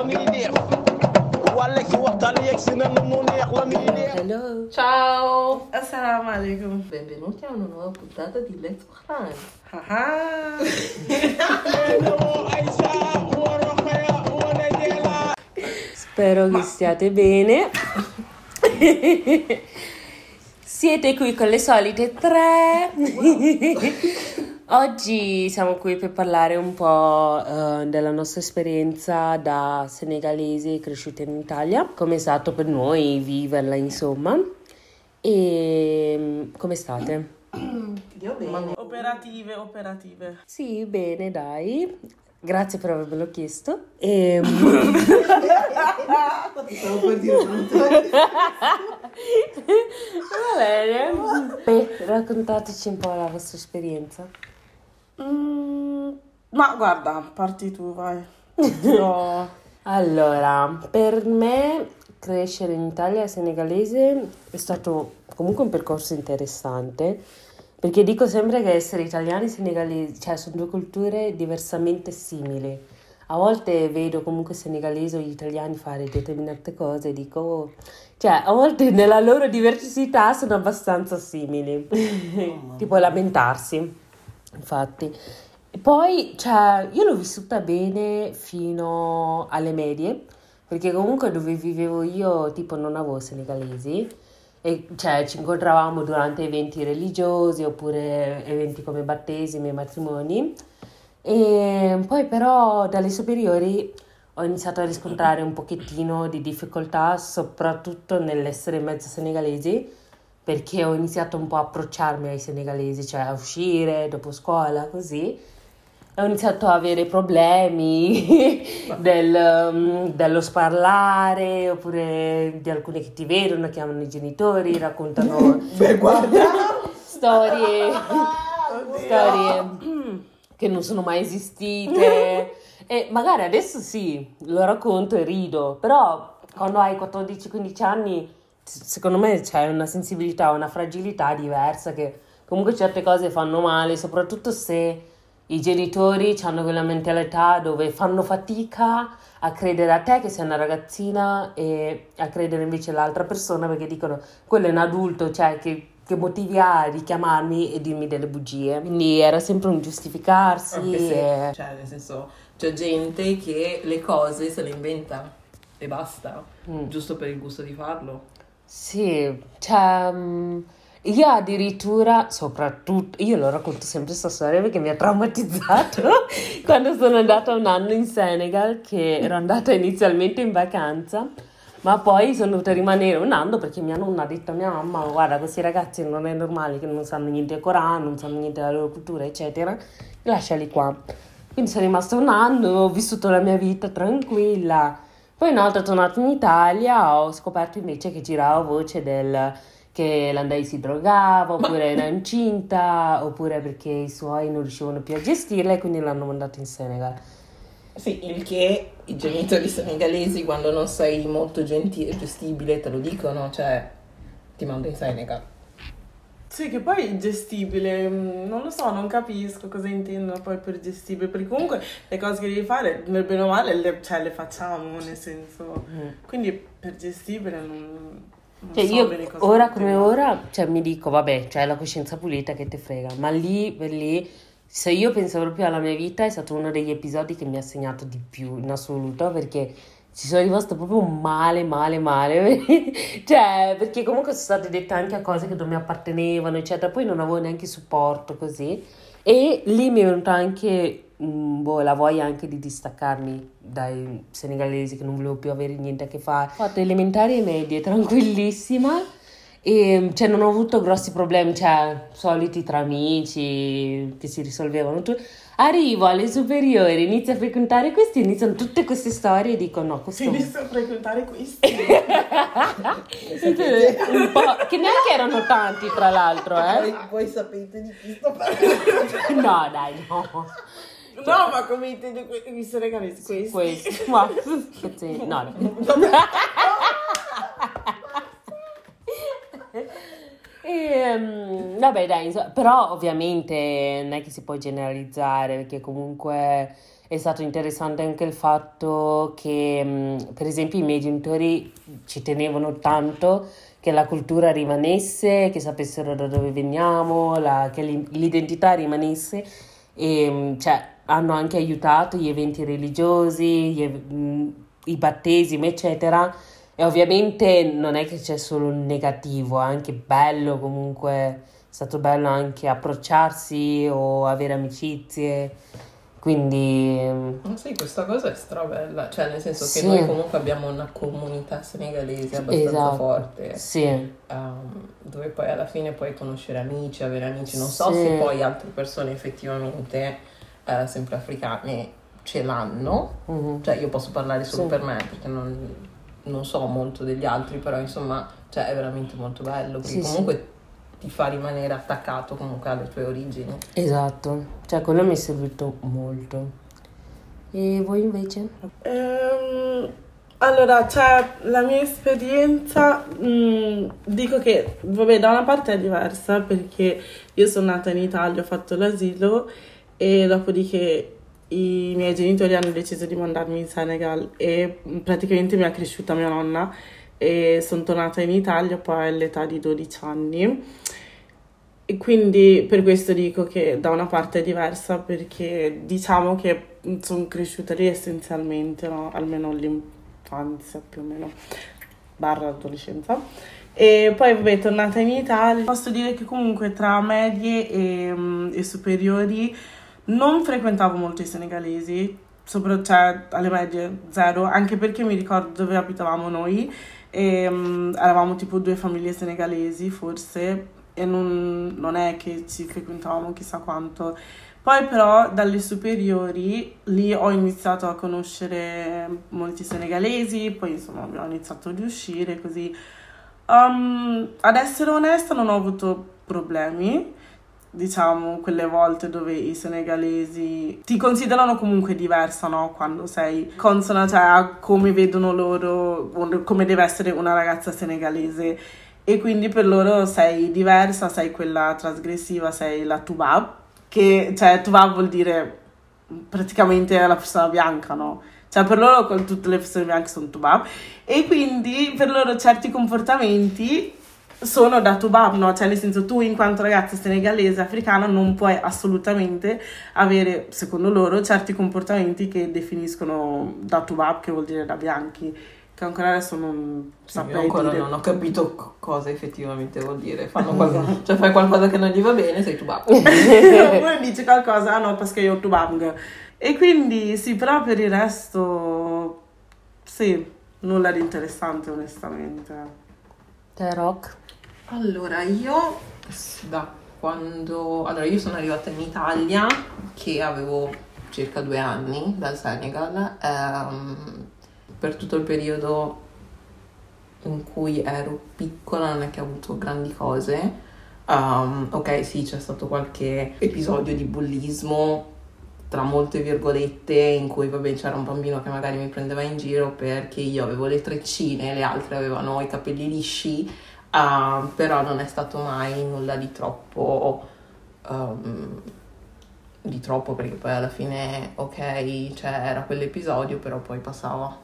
Hello. Ciao. Assalamu alaikum. Benvenuti a una nuova puntata di Let's Quran. Spero che stiate bene. Siete qui con le solite tre. Oggi siamo qui per parlare un po' della nostra esperienza da senegalesi cresciuti in Italia, come è stato per noi viverla, insomma. E come state? Io bene. Operative. Sì, bene, dai. Grazie per avermelo chiesto. Stavo per dire Va bene. Beh, raccontateci un po' la vostra esperienza. Ma guarda, parti tu, vai. Allora, per me crescere in Italia senegalese è stato comunque un percorso interessante, perché dico sempre che essere italiani e senegalesi, cioè sono due culture diversamente simili. A volte vedo comunque senegalesi o gli italiani fare determinate cose e dico, cioè a volte nella loro diversità sono abbastanza simili, tipo lamentarsi, infatti. E poi, cioè, io l'ho vissuta bene fino alle medie, perché comunque dove vivevo io, tipo, non avevo senegalesi, e cioè ci incontravamo durante eventi religiosi oppure eventi come battesimi e matrimoni. E poi però dalle superiori ho iniziato a riscontrare un pochettino di difficoltà, soprattutto nell'essere mezzo senegalesi, perché ho iniziato un po' a approcciarmi ai senegalesi, cioè a uscire dopo scuola, così. Ho iniziato a avere problemi dello sparlare, oppure di alcuni che ti vedono, chiamano i genitori, raccontano storie che non sono mai esistite. E magari adesso sì, lo racconto e rido, però quando hai 14-15 anni, secondo me c'è una sensibilità, una fragilità diversa, che comunque certe cose fanno male, soprattutto se i genitori hanno quella mentalità dove fanno fatica a credere a te che sei una ragazzina e a credere invece all'altra persona, perché dicono quello è un adulto, cioè che motivi ha di chiamarmi e dirmi delle bugie. Quindi era sempre un giustificarsi. Cioè, nel senso, c'è gente che le cose se le inventa e basta, giusto per il gusto di farlo. Sì, cioè io addirittura, soprattutto, io lo racconto sempre questa storia perché mi ha traumatizzato quando sono andata un anno in Senegal, che ero andata inizialmente in vacanza, ma poi sono dovuta rimanere un anno perché mia nonna ha detto a mia mamma: guarda, questi ragazzi non è normale che non sanno niente del Corano, non sanno niente della loro cultura, eccetera, lasciali qua. Quindi sono rimasta un anno, ho vissuto la mia vita tranquilla. Poi una volta tornata in Italia ho scoperto invece che girava voce che l'andai si drogava, oppure era incinta, oppure perché i suoi non riuscivano più a gestirla e quindi l'hanno mandato in Senegal. Sì, il che i genitori senegalesi, quando non sei molto gentile e gestibile, te lo dicono, cioè ti mando in Senegal. Sì, che poi gestibile, non lo so, non capisco cosa intendono poi per gestibile, perché comunque le cose che devi fare, nel bene o male, le facciamo, nel senso, quindi per gestibile non Cioè so io bene cosa ora come intendono. ora, cioè mi dico vabbè, c'è la coscienza pulita che te frega, ma lì per lì, se io penso proprio alla mia vita, è stato uno degli episodi che mi ha segnato di più in assoluto, perché ci sono rimasta proprio male, cioè perché comunque sono state dette anche a cose che non mi appartenevano, eccetera, poi non avevo neanche supporto così, e lì mi è venuta anche la voglia anche di distaccarmi dai senegalesi, che non volevo più avere niente a che fare. Ho fatto elementari e medie tranquillissima e cioè non ho avuto grossi problemi, cioè soliti tra amici che si risolvevano. Arrivo alle superiori, inizio a frequentare questi, iniziano tutte queste storie e dico no, questo Inizio a frequentare questi. un po', che neanche erano tanti tra l'altro, Voi sapete di chi sto parlando? No, dai, no. No, ma come intendo i senegalesi? Questi. Ma, sì, no. Vabbè, dai, però ovviamente non è che si può generalizzare, perché comunque è stato interessante anche il fatto che, per esempio, i miei genitori ci tenevano tanto che la cultura rimanesse, che sapessero da dove veniamo, che l'identità rimanesse e cioè, hanno anche aiutato gli eventi religiosi, i battesimi, eccetera. E ovviamente non è che c'è solo il negativo, è anche bello comunque, è stato bello anche approcciarsi o avere amicizie, quindi Sì, questa cosa è strabella, cioè nel senso che sì, noi comunque abbiamo una comunità senegalese abbastanza esatto, forte, sì, dove poi alla fine puoi conoscere amici, avere amici, non so se sì, poi altre persone effettivamente, sempre africane, ce l'hanno, mhm, cioè io posso parlare solo sì, per me perché non so molto degli altri, però insomma, cioè è veramente molto bello, perché sì, sì, comunque ti fa rimanere attaccato comunque alle tue origini. esatto, cioè quello mi è servito molto. E voi invece? Allora, cioè, la mia esperienza, dico che, vabbè, da una parte è diversa perché io sono nata in Italia, ho fatto l'asilo e dopodiché i miei genitori hanno deciso di mandarmi in Senegal e praticamente mi ha cresciuta mia nonna e sono tornata in Italia poi all'età di 12 anni. E quindi per questo dico che da una parte è diversa perché diciamo che sono cresciuta lì essenzialmente, no? Almeno l'infanzia più o meno, barra adolescenza. E poi vabbè, tornata in Italia, posso dire che comunque tra medie e superiori non frequentavo molto i senegalesi, cioè alle medie zero, anche perché mi ricordo dove abitavamo noi e eravamo tipo 2 famiglie senegalesi forse e non è che ci frequentavamo chissà quanto. Poi però dalle superiori lì ho iniziato a conoscere molti senegalesi, poi insomma abbiamo iniziato ad uscire così. Ad essere onesta non ho avuto problemi, diciamo quelle volte dove i senegalesi ti considerano comunque diversa, no? Quando sei consona, cioè a come vedono loro, come deve essere una ragazza senegalese e quindi per loro sei diversa, sei quella trasgressiva, sei la tubab, che cioè tubab vuol dire praticamente la persona bianca, no? Cioè per loro tutte le persone bianche sono tubab e quindi per loro certi comportamenti sono da tubab, no? Cioè nel senso tu in quanto ragazza senegalese africana non puoi assolutamente avere, secondo loro, certi comportamenti che definiscono da tubab, che vuol dire da bianchi, che ancora adesso non Io saprei ancora dire. non ho capito cosa effettivamente vuol dire. Fanno qualcosa, cioè fai qualcosa che non gli va bene, sei tu Oppure dice qualcosa, ah no, perché io ho tubang. E quindi sì, però per il resto sì, nulla di interessante onestamente. Te rock? Allora, io da quando... Allora, io sono arrivata in Italia che avevo circa 2 anni dal Senegal. Per tutto il periodo in cui ero piccola non è che ho avuto grandi cose. Ok, sì, c'è stato qualche episodio di bullismo, tra molte virgolette, in cui vabbè c'era un bambino che magari mi prendeva in giro perché io avevo le treccine e le altre avevano i capelli lisci, però non è stato mai nulla di troppo, perché poi alla fine ok, cioè era quell'episodio, però poi passava.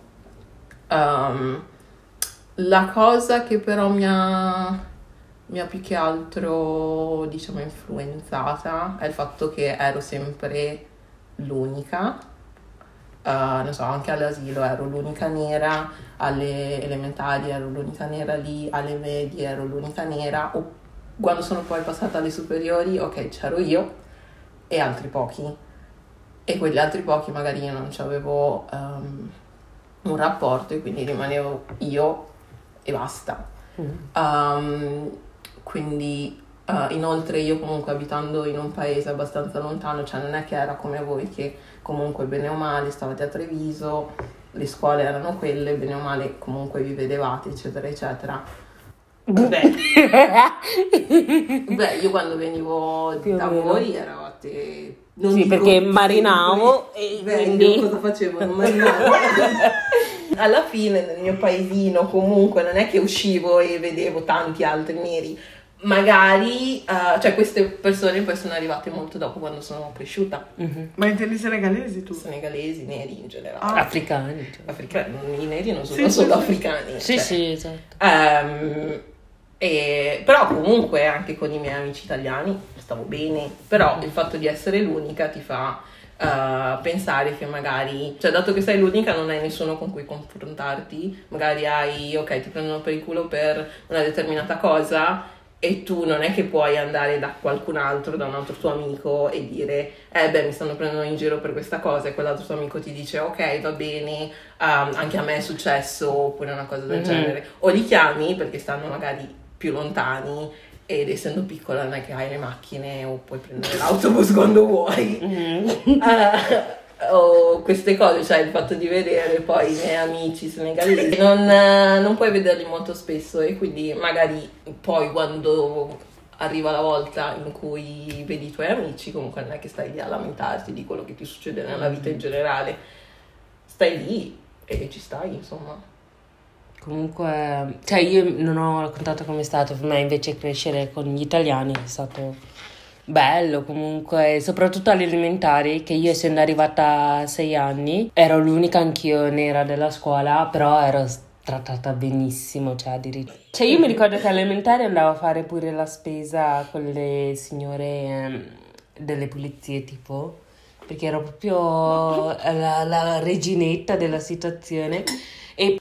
La cosa che però mi ha più che altro, diciamo, influenzata è il fatto che ero sempre l'unica, non so, anche all'asilo ero l'unica nera, alle elementari ero l'unica nera lì, alle medie ero l'unica nera, o quando sono poi passata alle superiori, ok, c'ero io e altri pochi, e quegli altri pochi magari io non c'avevo un rapporto e quindi rimanevo io e basta. Quindi inoltre io comunque abitando in un paese abbastanza lontano, cioè non è che era come voi che comunque bene o male stavate a Treviso, le scuole erano quelle, bene o male comunque vi vedevate eccetera eccetera. Beh, io quando venivo Più o da meno. voi eravate... non Sì, dico perché marinavo e Beh, quindi... io cosa facevo? Non marinavo. Alla fine nel mio paesino comunque non è che uscivo e vedevo tanti altri neri, magari, cioè queste persone poi sono arrivate molto dopo quando sono cresciuta. Ma intendi senegalesi tu? Senegalesi, neri in generale. Africani. I neri non sono solo africani. Sì, cioè. sì, esatto. Però comunque anche con i miei amici italiani stavo bene, però il fatto di essere l'unica ti fa pensare che magari, cioè dato che sei l'unica non hai nessuno con cui confrontarti, magari ok, ti prendono per il culo per una determinata cosa e tu non è che puoi andare da qualcun altro, da un altro tuo amico e dire mi stanno prendendo in giro per questa cosa, e quell'altro tuo amico ti dice ok, va bene, anche a me è successo, oppure una cosa del genere, o li chiami perché stanno magari più lontani ed essendo piccola non è che hai le macchine o puoi prendere l'autobus quando vuoi. O queste cose, cioè il fatto di vedere poi i miei amici senegalesi non puoi vederli molto spesso, e quindi magari poi quando arriva la volta in cui vedi i tuoi amici comunque non è che stai lì a lamentarti di quello che ti succede nella vita in generale, stai lì e ci stai, insomma. Comunque, cioè io non ho raccontato com'è stato per me invece crescere con gli italiani, è stato bello comunque, soprattutto alle elementari, che io essendo arrivata a 6 anni ero l'unica anch'io nera della scuola, però ero trattata benissimo, cioè addirittura. Cioè io mi ricordo che alle elementari andavo a fare pure la spesa con le signore delle pulizie tipo, perché ero proprio la reginetta della situazione. E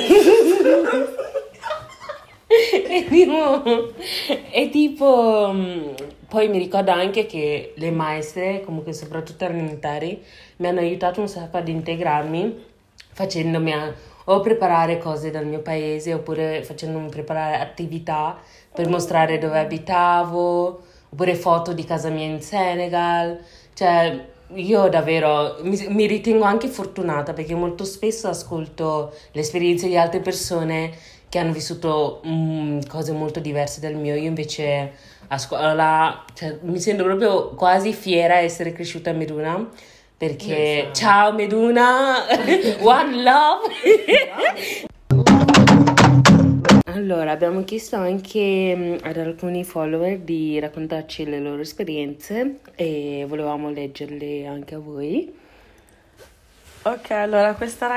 tipo poi mi ricordo anche che le maestre, comunque soprattutto elementari, mi hanno aiutato un sacco ad integrarmi facendomi o preparare cose dal mio paese oppure facendomi preparare attività per mostrare dove abitavo, oppure foto di casa mia in Senegal. Cioè io davvero mi ritengo anche fortunata perché molto spesso ascolto le esperienze di altre persone che hanno vissuto cose molto diverse dal mio. Io invece a scuola, cioè, mi sento proprio quasi fiera di essere cresciuta a Meduna, perché ciao Meduna, one love. Allora, abbiamo chiesto anche ad alcuni follower di raccontarci le loro esperienze e volevamo leggerle anche a voi. Ok, allora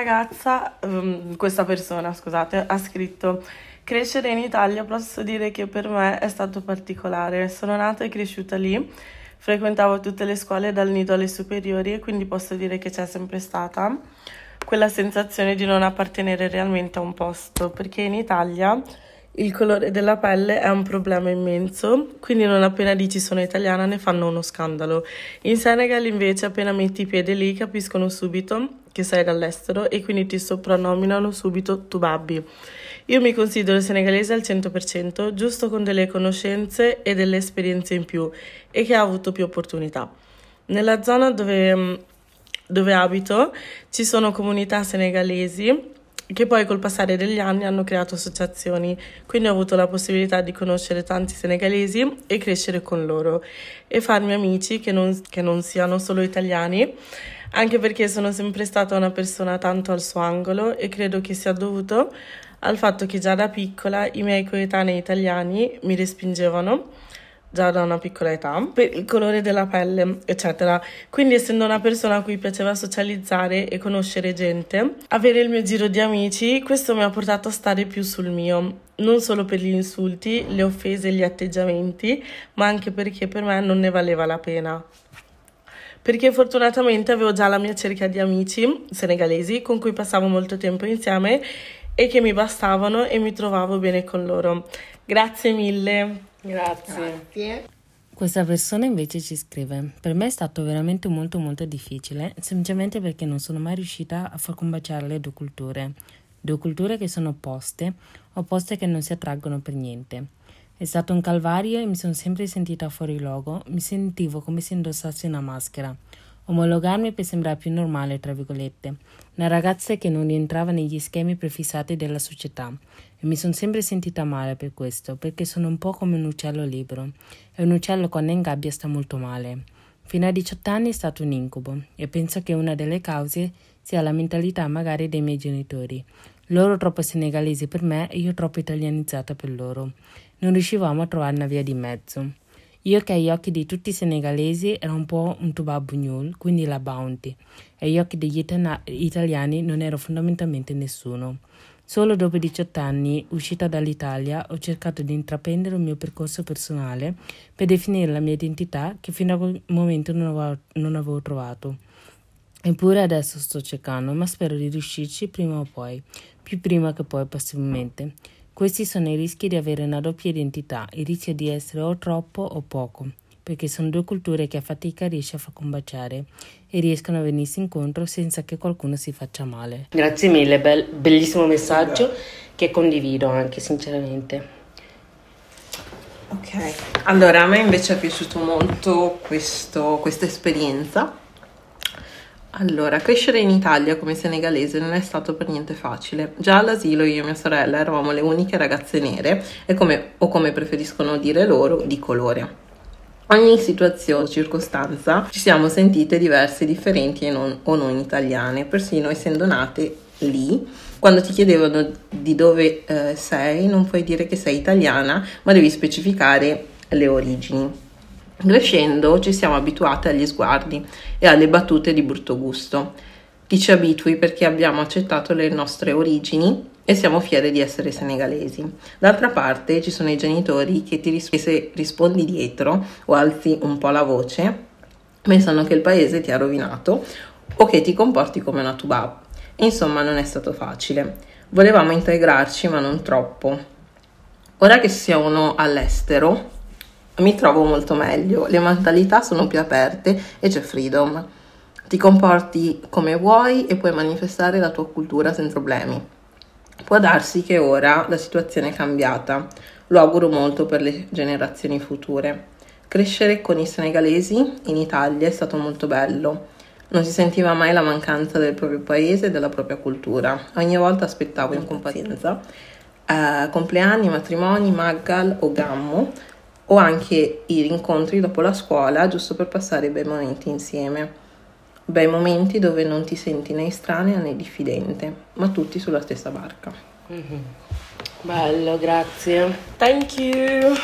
questa persona, scusate, ha scritto: crescere in Italia posso dire che per me è stato particolare. Sono nata e cresciuta lì, frequentavo tutte le scuole dal nido alle superiori e quindi posso dire che c'è sempre stata quella sensazione di non appartenere realmente a un posto, perché in Italia il colore della pelle è un problema immenso, quindi non appena dici sono italiana ne fanno uno scandalo. In Senegal invece appena metti i piedi lì capiscono subito che sei dall'estero e quindi ti soprannominano subito tu babbi. Io mi considero senegalese al 100%, giusto con delle conoscenze e delle esperienze in più e che ha avuto più opportunità. Nella zona dove abito ci sono comunità senegalesi che poi col passare degli anni hanno creato associazioni, quindi ho avuto la possibilità di conoscere tanti senegalesi e crescere con loro e farmi amici che non siano solo italiani, anche perché sono sempre stata una persona tanto al suo angolo e credo che sia dovuto al fatto che già da piccola i miei coetanei italiani mi respingevano già da una piccola età per il colore della pelle, eccetera. Quindi, essendo una persona a cui piaceva socializzare e conoscere gente, avere il mio giro di amici, questo mi ha portato a stare più sul mio, non solo per gli insulti, le offese e gli atteggiamenti, ma anche perché per me non ne valeva la pena. Perché fortunatamente avevo già la mia cerchia di amici senegalesi con cui passavo molto tempo insieme e che mi bastavano e mi trovavo bene con loro. Grazie mille. Grazie. Questa persona invece ci scrive: per me è stato veramente molto molto difficile, semplicemente perché non sono mai riuscita a far combaciare le due culture che sono opposte che non si attraggono per niente. È stato un calvario e mi sono sempre sentita fuori luogo, mi sentivo come se indossassi una maschera. Omologarmi per sembrare più normale, tra virgolette, una ragazza che non rientrava negli schemi prefissati della società, e mi sono sempre sentita male per questo, perché sono un po' come un uccello libero, e un uccello quando è in gabbia sta molto male. Fino a 18 anni è stato un incubo, e penso che una delle cause sia la mentalità magari dei miei genitori. Loro troppo senegalesi per me e io troppo italianizzata per loro. non riuscivamo a trovare una via di mezzo. Io che agli occhi di tutti i senegalesi ero un po' un Toubab Bugnol, quindi la Bounty, e agli occhi degli italiani non ero fondamentalmente nessuno. Solo dopo 18 anni, uscita dall'Italia, ho cercato di intraprendere il mio percorso personale per definire la mia identità che fino a quel momento non avevo trovato. Eppure adesso sto cercando, ma spero di riuscirci prima o poi, più prima che poi possibilmente. Questi sono i rischi di avere una doppia identità, il rischio di essere o troppo o poco, perché sono due culture che a fatica riesce a far combaciare e riescono a venirsi incontro senza che qualcuno si faccia male. Grazie mille, bellissimo messaggio che condivido anche sinceramente. Ok, allora a me invece è piaciuto molto questa esperienza. Allora, crescere in Italia come senegalese non è stato per niente facile. Già all'asilo io e mia sorella eravamo le uniche ragazze nere e come preferiscono dire loro, di colore. Ogni situazione o circostanza ci siamo sentite diverse, differenti o non italiane, persino essendo nate lì. Quando ti chiedevano di dove sei, non puoi dire che sei italiana, ma devi specificare le origini. Crescendo ci siamo abituate agli sguardi e alle battute di brutto gusto. Ti ci abitui perché abbiamo accettato le nostre origini e siamo fiere di essere senegalesi. D'altra parte ci sono i genitori che se rispondi dietro o alzi un po' la voce, pensano che il paese ti ha rovinato o che ti comporti come una Toubab. Insomma, non è stato facile. Volevamo integrarci, ma non troppo. Ora che siamo all'estero, mi trovo molto meglio, le mentalità sono più aperte e c'è freedom. Ti comporti come vuoi e puoi manifestare la tua cultura senza problemi. Può darsi che ora la situazione è cambiata, lo auguro molto per le generazioni future. Crescere con i senegalesi in Italia è stato molto bello. Non si sentiva mai la mancanza del proprio paese e della propria cultura. Ogni volta aspettavo in compazienza compleanni, matrimoni, Maggal o Gammo, o anche i rincontri dopo la scuola, giusto per passare bei momenti insieme. Bei momenti dove non ti senti né estranea né diffidente, ma tutti sulla stessa barca. Mm-hmm. Bello, grazie. Thank you.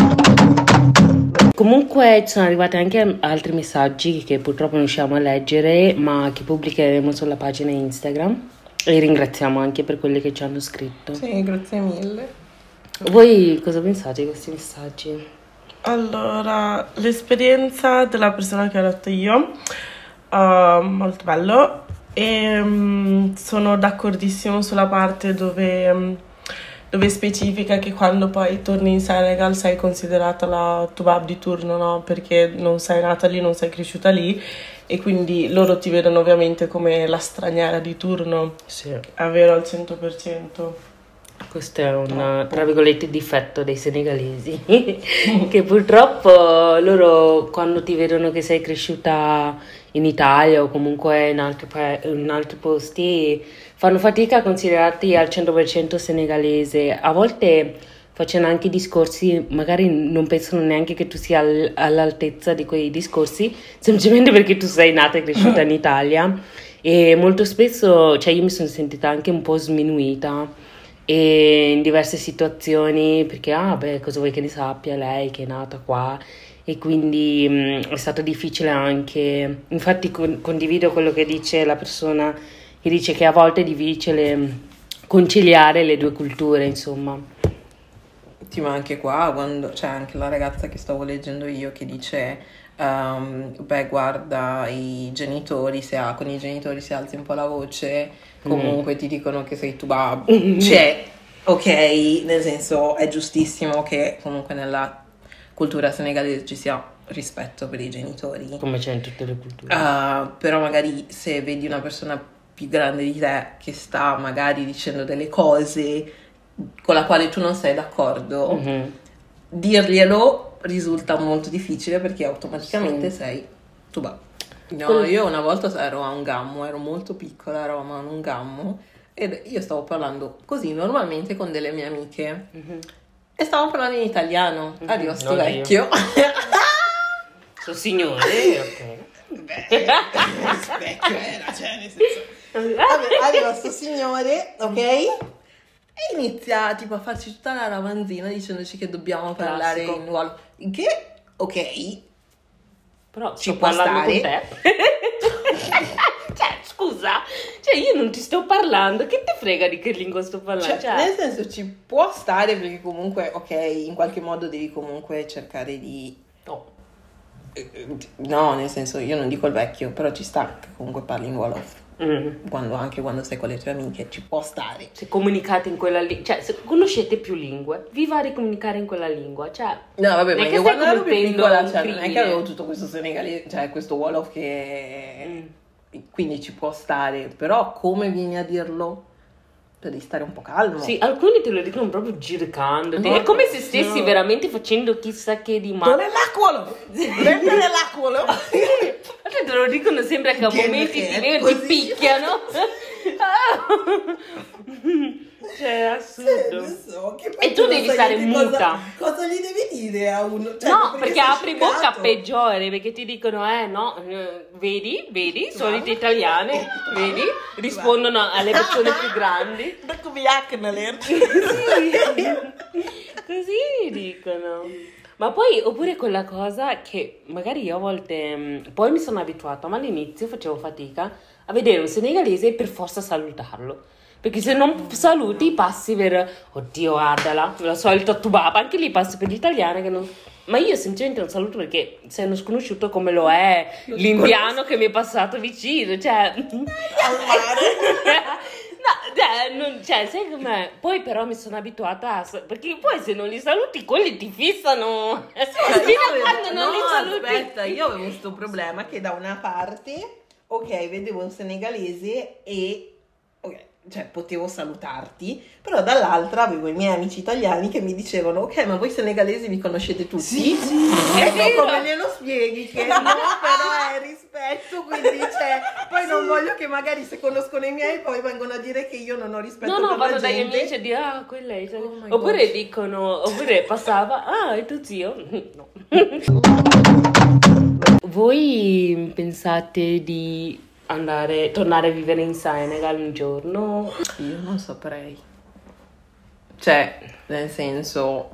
Comunque ci sono arrivati anche altri messaggi che purtroppo non riusciamo a leggere, ma che pubblicheremo sulla pagina Instagram. E ringraziamo anche per quelli che ci hanno scritto. Sì, grazie mille. Voi cosa pensate di questi messaggi? Allora, l'esperienza della persona che ho detto io, molto bello, e sono d'accordissimo sulla parte dove specifica che quando poi torni in Senegal sei considerata la Toubab di turno, no? Perché non sei nata lì, non sei cresciuta lì e quindi loro ti vedono ovviamente come la straniera di turno. Sì. È vero al 100%. Questo è un, tra virgolette, difetto dei senegalesi, che purtroppo loro quando ti vedono che sei cresciuta in Italia o comunque in altri posti fanno fatica a considerarti al 100% senegalese. A volte facendo anche discorsi, magari non pensano neanche che tu sia all'altezza di quei discorsi, semplicemente perché tu sei nata e cresciuta in Italia. E molto spesso, cioè io mi sono sentita anche un po' sminuita e in diverse situazioni perché cosa vuoi che ne sappia lei che è nata qua, e quindi è stato difficile anche, infatti condivido quello che dice la persona che dice che a volte è difficile conciliare le due culture, insomma. Sì, ma anche qua quando c'è anche la ragazza che stavo leggendo io che dice guarda i genitori, con i genitori se alzi un po' la voce comunque ti dicono che sei Toubab. Cioè, ok, nel senso è giustissimo che comunque nella cultura senegalese ci sia rispetto per i genitori, come c'è in tutte le culture, però magari se vedi una persona più grande di te che sta magari dicendo delle cose con la quale tu non sei d'accordo, dirglielo risulta molto difficile perché automaticamente sei Toubab. No, io una volta ero a un gammo, ero molto piccola, eravamo a un gammo ed io stavo parlando così normalmente con delle mie amiche e stavo parlando in italiano. Arriva sto vecchio. Sto signore, ok. Beh, vecchio era, cioè nel senso. Vabbè, arriva sto signore, ok? E inizia tipo a farci tutta la ramanzina dicendoci che dobbiamo parlare Classico. in Wolof. Che, ok, Però ci sto può parlando con stare. te. Cioè, scusa, cioè io non ti sto parlando, che te frega di che lingua sto parlando? Cioè, nel senso ci può stare perché comunque, ok, in qualche modo devi comunque cercare di... No. No, nel senso, io non dico il vecchio, però ci sta che comunque parli in Wolof. Mm. Anche quando sei con le tue amiche, ci può stare. Se comunicate in quella lingua, cioè se conoscete più lingue, vi va di comunicare in quella lingua, cioè... No, vabbè, non ma è che io stai quando ero più commettendo piccola, un cioè, non è che crimine. avevo tutto questo senegalese, cioè questo Wolof che... Quindi ci può stare, però come vieni a dirlo? Cioè, devi stare un po' calmo. Sì, alcuni te lo dicono proprio giudicandoti. No, È come se stessi no. veramente facendo chissà che di Non male. è l'acquolo! Prendere l'acquolo! Te lo dicono sempre che a Che momenti è ti vedono, ti così. picchiano. Cioè, è assurdo. So, che E tu devi stare muta. Cosa gli devi dire a uno? Cioè, No, perché sei apri bocca scioccato. peggiore, perché ti dicono, no, vedi, solite italiane, vedi, rispondono alle persone più grandi. Dopo vi hacknalen. Così dicono. Ma poi, oppure quella cosa che magari io a volte, poi mi sono abituata, ma all'inizio facevo fatica a vedere un senegalese e per forza salutarlo. Perché se non saluti passi per, oddio, guardala, la solita tubaba, anche lì passi per l'italiana che non... Ma io semplicemente non saluto perché sei uno sconosciuto come lo è l'indiano che mi è passato vicino, cioè... Al mare. Cioè, sai com'è? Poi però mi sono abituata perché poi se non li saluti quelli ti fissano fino a quando non li saluti. Aspetta, io avevo questo problema che da una parte, ok, vedevo un senegalese e, ok, cioè potevo salutarti, però dall'altra avevo i miei amici italiani che mi dicevano, ok, ma voi senegalesi vi conoscete tutti? Sì, E è vero. come glielo spieghi che no, però è rispetto, quindi cioè, poi non voglio che magari se conoscono i miei poi vengono a dire che io non ho rispetto No, per vado la dagli gente. amici e dico, quella è italiana. Oh my Oppure God. dicono, oppure passava, è tuo zio? No. Voi pensate di tornare a vivere in Senegal un giorno? Io non saprei. Cioè, nel senso,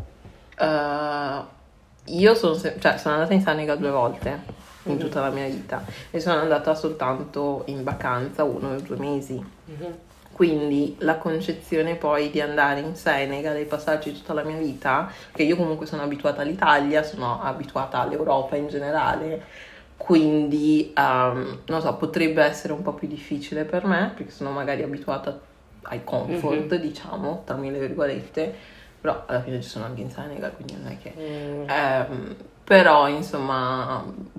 io sono andata in Senegal 2 volte in tutta la mia vita e sono andata soltanto in vacanza 1 o 2 mesi. Quindi la concezione poi di andare in Senegal e passarci tutta la mia vita, che io comunque sono abituata all'Italia, sono abituata all'Europa in generale, quindi non so, potrebbe essere un po' più difficile per me, perché sono magari abituata ai comfort, diciamo, tra mille virgolette, però alla fine ci sono anche in Senegal, quindi non è che... però insomma,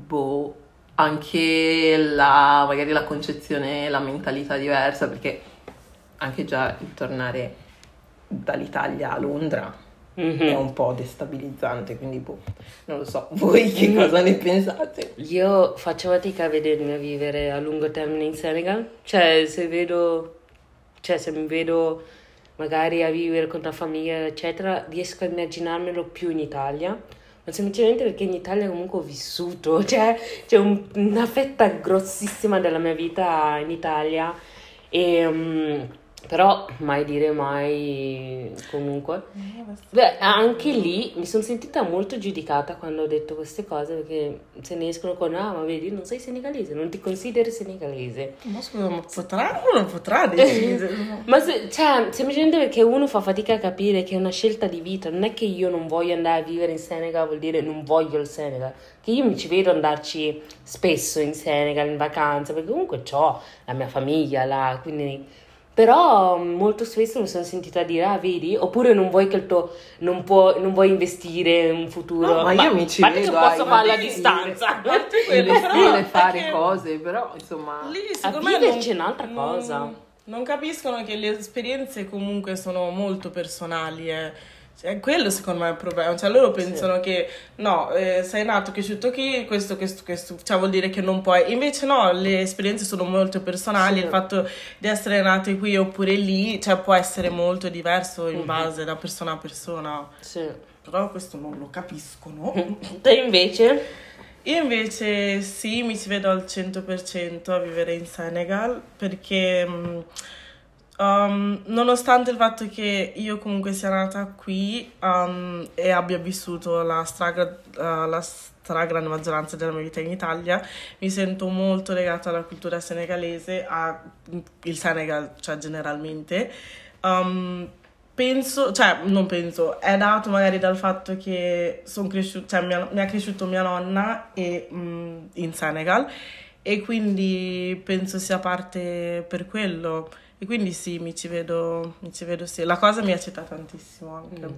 anche magari la concezione, la mentalità diversa, perché anche già il tornare dall'Italia a Londra è un po' destabilizzante, quindi non lo so, voi che cosa ne pensate? Io faccio fatica a vedermi a vivere a lungo termine in Senegal, cioè se mi vedo magari a vivere con una famiglia eccetera, riesco a immaginarmelo più in Italia, ma semplicemente perché in Italia comunque ho vissuto, cioè c'è una fetta grossissima della mia vita in Italia e però mai dire mai comunque. Beh, anche lì mi sono sentita molto giudicata quando ho detto queste cose perché se ne escono con ma vedi non sei senegalese, non ti consideri senegalese. Ma scusa, ma potrà o non potrà decidere? Ma cioè, semplicemente perché uno fa fatica a capire che è una scelta di vita, non è che io non voglio andare a vivere in Senegal, vuol dire non voglio il Senegal, che io mi ci vedo andarci spesso in Senegal in vacanza, perché comunque ho la mia famiglia là, quindi... Però molto spesso mi sono sentita dire, vedi, oppure non vuoi che non vuoi investire in un futuro. No, ma io mi ci a parte vedo, che posso farla a investire. distanza. Investire, fare perché cose, però insomma... Lì, A secondo me, viverci è un'altra cosa. Non capiscono che le esperienze comunque sono molto personali. Cioè, quello secondo me è il problema. Cioè, loro pensano che no, sei nato, cresciuto qui, questo, cioè vuol dire che non puoi. Invece no, le esperienze sono molto personali. Sì. Il fatto di essere nati qui oppure lì, cioè può essere molto diverso in base da persona a persona. Sì. Però questo non lo capiscono. Te invece? Io invece sì, mi ci vedo al 100% a vivere in Senegal perché Nonostante il fatto che io comunque sia nata qui e abbia vissuto la stragrande maggioranza della mia vita in Italia, mi sento molto legata alla cultura senegalese, il Senegal, cioè generalmente. È dato magari dal fatto che mi ha cresciuto mia nonna in Senegal, e quindi penso sia parte per quello. E quindi sì, mi ci vedo sì. La cosa mi eccita tantissimo anche.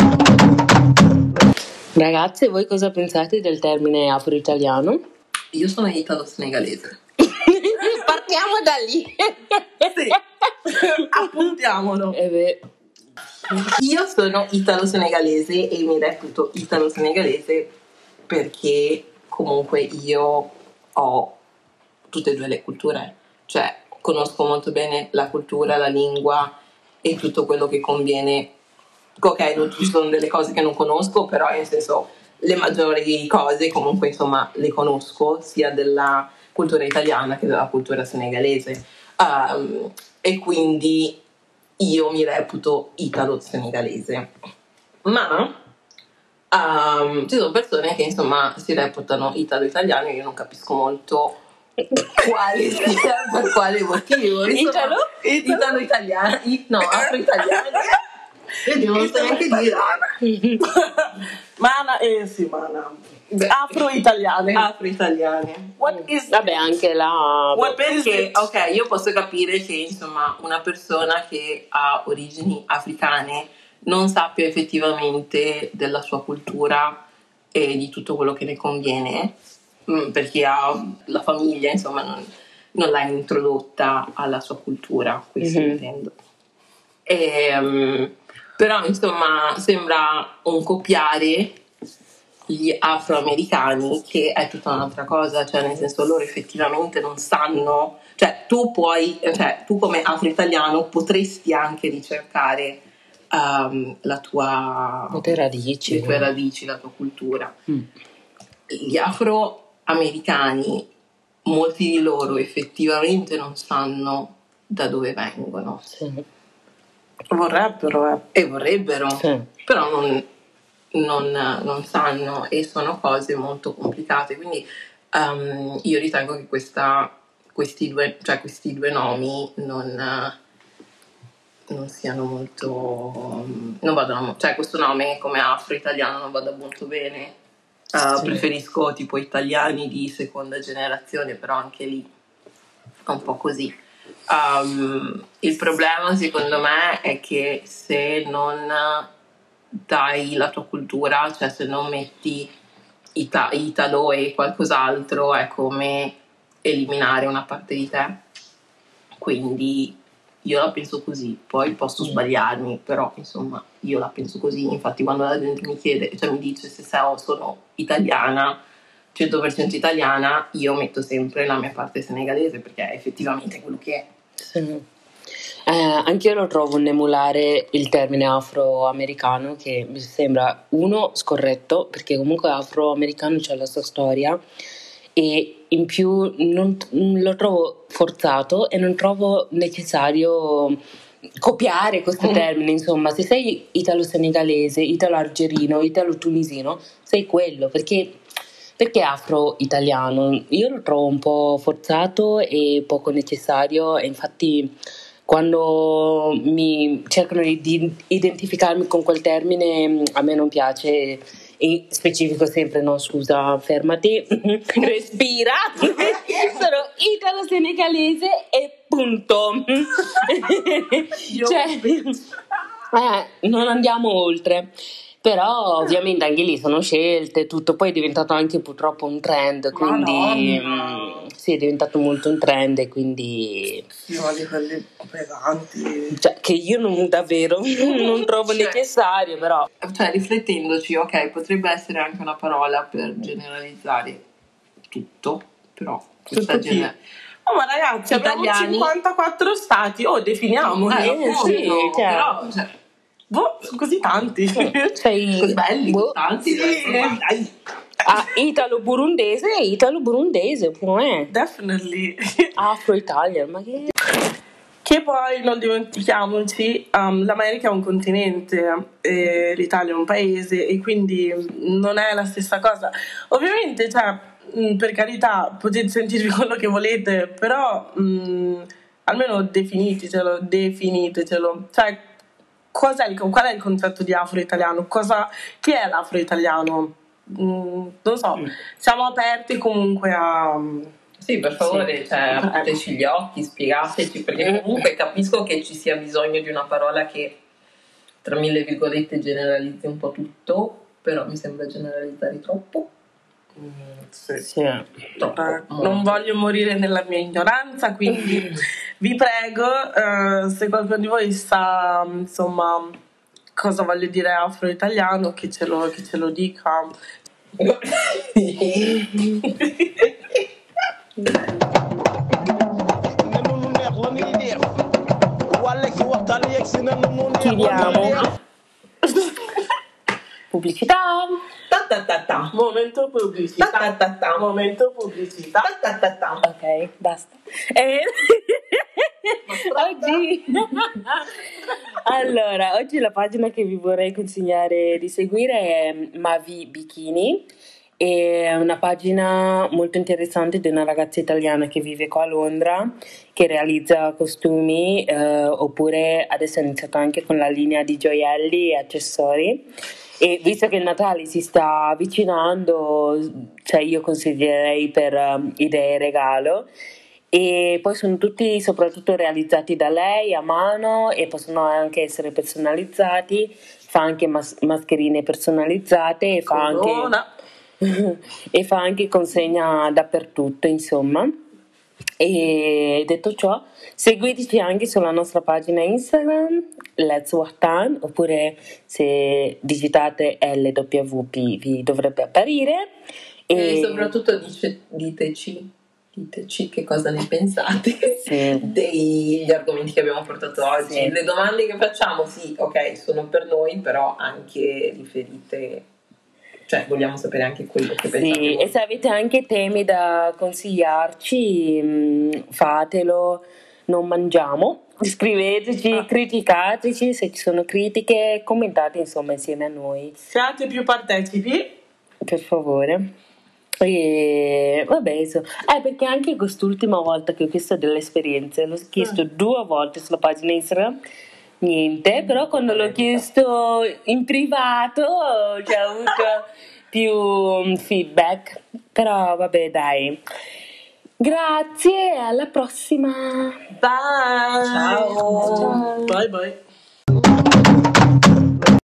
Ragazze, voi cosa pensate del termine afro-italiano? Io sono italo-senegalese. Partiamo da lì. Sì, appuntiamolo. Beh. Io sono italo-senegalese e mi reputo italo-senegalese perché comunque io ho tutte e due le culture, cioè conosco molto bene la cultura, la lingua e tutto quello che conviene. Ok, non ci sono delle cose che non conosco, però nel senso le maggiori cose comunque insomma le conosco, sia della cultura italiana che della cultura senegalese, e quindi io mi reputo italo-senegalese. Ma ci sono persone che insomma si reputano italo-italiane e io non capisco molto quale sia, per quale motivo. Insomma, italo-italiana, no, afro-italiana. Io non so neanche dire. Mana. Afro-italiane. Afro-italiane. Vabbè, anche la... Perché, ok, io posso capire che insomma una persona che ha origini africane non sappia effettivamente della sua cultura e di tutto quello che ne conviene, perché ha la famiglia, insomma, non l'ha introdotta alla sua cultura, questo intendo. Però, insomma, sembra un copiare gli afroamericani, che è tutta un'altra cosa, cioè nel senso loro effettivamente non sanno, cioè tu come afro-italiano potresti anche ricercare le tue radici, la tua cultura. Gli afroamericani, molti di loro effettivamente non sanno da dove vengono. Sì. Vorrebbero. Sì. Però non sanno, e sono cose molto complicate, quindi io ritengo che questi due nomi non siano molto, non vadano, cioè questo nome come afro-italiano non vada molto bene. Sì. Preferisco tipo italiani di seconda generazione, però anche lì è un po' così. Il problema secondo me è che se non dai la tua cultura, cioè se non metti italo e qualcos'altro, è come eliminare una parte di te. Quindi io la penso così, poi posso sbagliarmi, però insomma io la penso così. Infatti quando la gente mi chiede, cioè mi dice se sono italiana, 100% italiana, io metto sempre la mia parte senegalese, perché è effettivamente quello che è. Sì. Anche io lo trovo un emulare il termine afroamericano, che mi sembra scorretto, perché comunque afroamericano c'è la sua storia, e in più non lo trovo forzato e non trovo necessario copiare questo termine. Insomma, se sei italo-senegalese, italo-algerino, italo-tunisino, sei quello, perché afro-italiano? Io lo trovo un po' forzato e poco necessario, e infatti quando mi cercano di identificarmi con quel termine a me non piace, e specifico sempre, no scusa, fermati, respira, sono italo-senegalese e punto. Non andiamo oltre. Però ovviamente anche lì sono scelte, tutto, poi è diventato anche purtroppo un trend, quindi sì, è diventato molto un trend, e quindi sì, ma di quelli pesanti, cioè, che io davvero non trovo necessario, però cioè riflettendoci, ok, potrebbe essere anche una parola per generalizzare tutto, però ma ragazzi, abbiamo 54 stati, definiamoli, sì, però sono così tanti, così belli, tanti, sì. Italo-burundese, definitely. Afro-Italian, ma che Che poi non dimentichiamoci, l'America è un continente, e l'Italia è un paese e quindi non è la stessa cosa. Ovviamente, cioè, per carità, potete sentirvi quello che volete, però almeno definitecelo. Cioè, qual è il concetto di afro-italiano? Chi è l'afro-italiano? Non so, siamo aperti comunque a... Sì, per favore, cioè, apriteci gli occhi, spiegateci, perché comunque capisco che ci sia bisogno di una parola che, tra mille virgolette, generalizzi un po' tutto, però mi sembra generalizzare troppo. Sì. Troppo, non voglio morire nella mia ignoranza, quindi vi prego, se qualcuno di voi sa, insomma, cosa voglio dire afro-italiano, che ce lo dica. Chiudiamo. Pubblicità. Momento pubblicità. Momento pubblicità. Ok, basta. Oggi la pagina che vi vorrei consigliare di seguire è Mavi Bikini. È una pagina molto interessante di una ragazza italiana che vive qua a Londra, che realizza costumi, oppure adesso ha iniziato anche con la linea di gioielli e accessori. E visto che il Natale si sta avvicinando, cioè io consiglierei per idee regalo. E poi sono tutti soprattutto realizzati da lei a mano e possono anche essere personalizzati. Fa anche mascherine personalizzate e fa anche consegna dappertutto, insomma. E detto ciò, seguiteci anche sulla nostra pagina Instagram Let's Wahtan, oppure se digitate LWP vi dovrebbe apparire. E soprattutto diteci che cosa ne pensate degli argomenti che abbiamo portato oggi. Sì. Le domande che facciamo, sì, ok, sono per noi, però anche riferite, cioè vogliamo sapere anche quello che pensate. Sì, e se avete anche temi da consigliarci, fatelo, non mangiamo. Scriveteci, criticateci, se ci sono critiche, commentate insomma insieme a noi. Siate più partecipi. Per favore. E vabbè, perché anche quest'ultima volta che ho chiesto delle esperienze, l'ho chiesto 2 volte sulla pagina Instagram, niente, però quando l'ho chiesto in privato c'è avuto più feedback, però vabbè dai. Grazie, alla prossima. Bye. Ciao. Bye bye.